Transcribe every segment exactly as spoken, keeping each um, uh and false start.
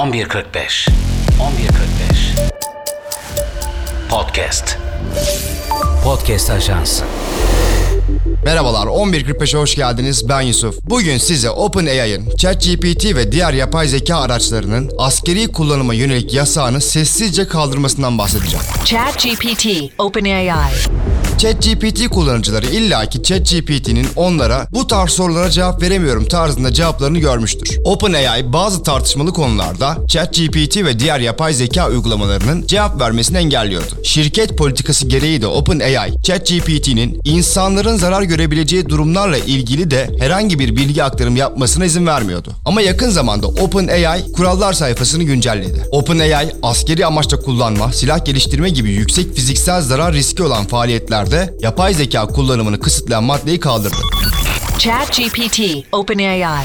on bir kırk beş on bir kırk beş Podcast Podcast Ajansı. Merhabalar, on bir kırk beşe hoş geldiniz. Ben Yusuf. Bugün size OpenAI'ın, ChatGPT ve diğer yapay zeka araçlarının askeri kullanıma yönelik yasağını sessizce kaldırmasından bahsedeceğim. ChatGPT, OpenAI. ChatGPT kullanıcıları illaki ChatGPT'nin onlara bu tarz sorulara cevap veremiyorum tarzında cevaplarını görmüştür. OpenAI bazı tartışmalı konularda ChatGPT ve diğer yapay zeka uygulamalarının cevap vermesini engelliyordu. Şirket politikası gereği de OpenAI, ChatGPT'nin insanların zarar görebileceği durumlarla ilgili de herhangi bir bilgi aktarımı yapmasına izin vermiyordu. Ama yakın zamanda OpenAI kurallar sayfasını güncelledi. OpenAI, askeri amaçla kullanma, silah geliştirme gibi yüksek fiziksel zarar riski olan faaliyetlerde yapay zeka kullanımını kısıtlayan maddeyi kaldırdı. ChatGPT, OpenAI.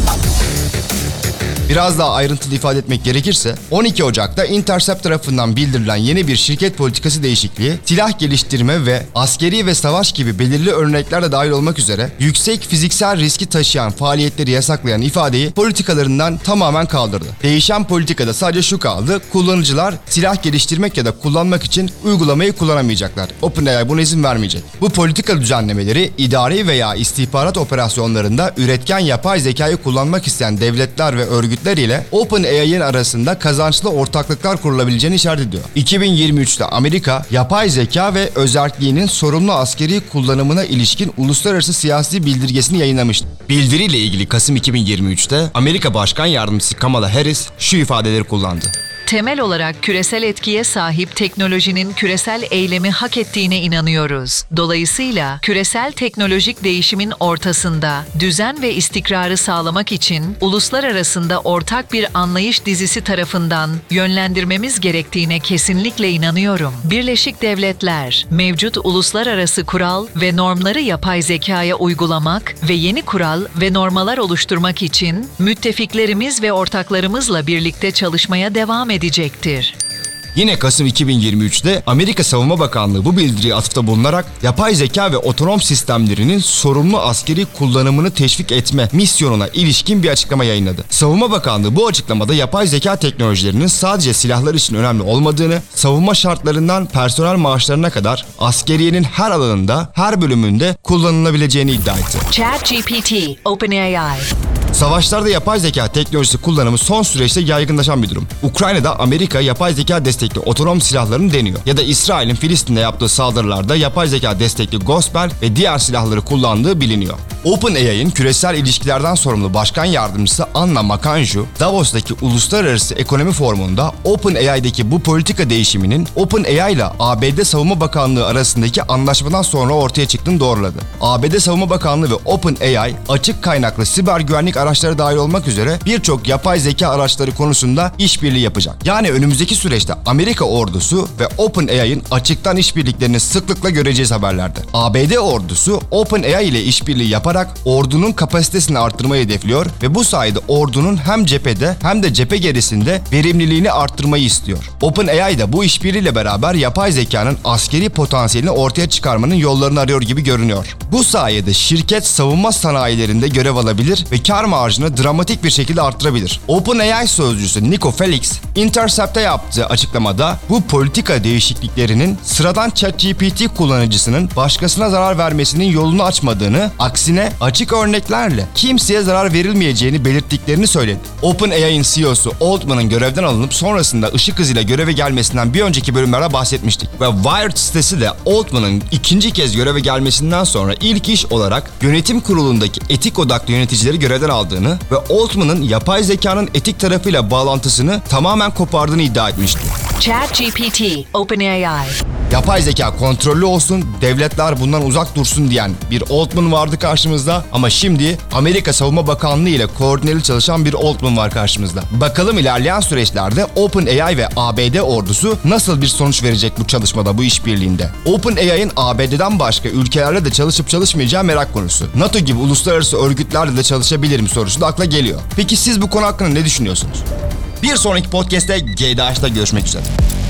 Biraz daha ayrıntılı ifade etmek gerekirse, on iki Ocak'ta Intercept tarafından bildirilen yeni bir şirket politikası değişikliği, silah geliştirme ve askeri ve savaş gibi belirli örnekler de dahil olmak üzere yüksek fiziksel riski taşıyan faaliyetleri yasaklayan ifadeyi politikalarından tamamen kaldırdı. Değişen politikada sadece şu kaldı: kullanıcılar silah geliştirmek ya da kullanmak için uygulamayı kullanamayacaklar. OpenAI buna izin vermeyecek. Bu politika düzenlemeleri idari veya istihbarat operasyonlarında üretken yapay zekayı kullanmak isteyen devletler ve örgütler ile OpenAI'nin arasında kazançlı ortaklıklar kurulabileceğini işaret ediyor. iki bin yirmi üçte Amerika, yapay zeka ve özerkliğinin sorumlu askeri kullanımına ilişkin uluslararası siyasi bildirgesini yayınlamıştı. Bildiriyle ilgili Kasım iki bin yirmi üçte Amerika Başkan Yardımcısı Kamala Harris şu ifadeleri kullandı. Temel olarak küresel etkiye sahip teknolojinin küresel eylemi hak ettiğine inanıyoruz. Dolayısıyla küresel teknolojik değişimin ortasında düzen ve istikrarı sağlamak için uluslar arasında ortak bir anlayış dizisi tarafından yönlendirmemiz gerektiğine kesinlikle inanıyorum. Birleşik Devletler, mevcut uluslararası kural ve normları yapay zekaya uygulamak ve yeni kural ve normalar oluşturmak için müttefiklerimiz ve ortaklarımızla birlikte çalışmaya devam edecektir. edecektir. Yine Kasım iki bin yirmi üçte Amerika Savunma Bakanlığı bu bildiriye atıfta bulunarak yapay zeka ve otonom sistemlerinin sorumlu askeri kullanımını teşvik etme misyonuna ilişkin bir açıklama yayınladı. Savunma Bakanlığı bu açıklamada yapay zeka teknolojilerinin sadece silahlar için önemli olmadığını, savunma şartlarından personel maaşlarına kadar askeriyenin her alanında, her bölümünde kullanılabileceğini iddia etti. ChatGPT, OpenAI. Savaşlarda yapay zeka teknolojisi kullanımı son süreçte yaygınlaşan bir durum. Ukrayna'da Amerika yapay zeka destekli otonom silahlarını deniyor. Ya da İsrail'in Filistin'de yaptığı saldırılarda yapay zeka destekli Gospel ve diğer silahları kullandığı biliniyor. OpenAI'nin küresel ilişkilerden sorumlu başkan yardımcısı Anna Makanju, Davos'taki Uluslararası Ekonomi Forumu'nda OpenAI'deki bu politika değişiminin OpenAI ile A B D Savunma Bakanlığı arasındaki anlaşmadan sonra ortaya çıktığını doğruladı. A B D Savunma Bakanlığı ve OpenAI, açık kaynaklı siber güvenlik araçları dahil olmak üzere birçok yapay zeka araçları konusunda işbirliği yapacak. Yani önümüzdeki süreçte Amerika ordusu ve OpenAI'nin açıktan işbirliklerini sıklıkla göreceğiz haberlerde. A B D ordusu OpenAI ile işbirliği yaparak ordunun kapasitesini arttırmayı hedefliyor ve bu sayede ordunun hem cephede hem de cephe gerisinde verimliliğini arttırmayı istiyor. OpenAI de bu işbirliğiyle beraber yapay zekanın askeri potansiyelini ortaya çıkarmanın yollarını arıyor gibi görünüyor. Bu sayede şirket savunma sanayilerinde görev alabilir ve kar marjını dramatik bir şekilde arttırabilir. OpenAI sözcüsü Nico Felix, Intercept'te yaptığı açıklamada bu politika değişikliklerinin sıradan ChatGPT kullanıcısının başkasına zarar vermesinin yolunu açmadığını, aksine açık örneklerle kimseye zarar verilmeyeceğini belirttiklerini söyledi. OpenAI'nin C E O'su Altman'ın görevden alınıp sonrasında ışık hızıyla göreve gelmesinden bir önceki bölümlerde bahsetmiştik. Ve Wired sitesi de Altman'ın ikinci kez göreve gelmesinden sonra ilk iş olarak yönetim kurulundaki etik odaklı yöneticileri görevden aldığını ve Altman'ın yapay zekanın etik tarafıyla bağlantısını tamamen kopardığını iddia etmişti. ChatGPT, OpenAI. Yapay zeka kontrollü olsun, devletler bundan uzak dursun diyen bir Altman vardı karşımızda ama şimdi Amerika Savunma Bakanlığı ile koordineli çalışan bir Altman var karşımızda. Bakalım ilerleyen süreçlerde OpenAI ve A B D ordusu nasıl bir sonuç verecek bu çalışmada, bu işbirliğinde. OpenAI'nin A B D'den başka ülkelerle de çalışıp çalışmayacağı merak konusu. NATO gibi uluslararası örgütlerle de çalışabilir mi sorusu da akla geliyor. Peki siz bu konu hakkında ne düşünüyorsunuz? Bir sonraki podcast'te G D H'da görüşmek üzere.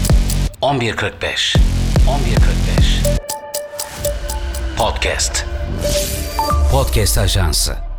on bir kırk beş on bir kırk beş Podcast Podcast Ajansı.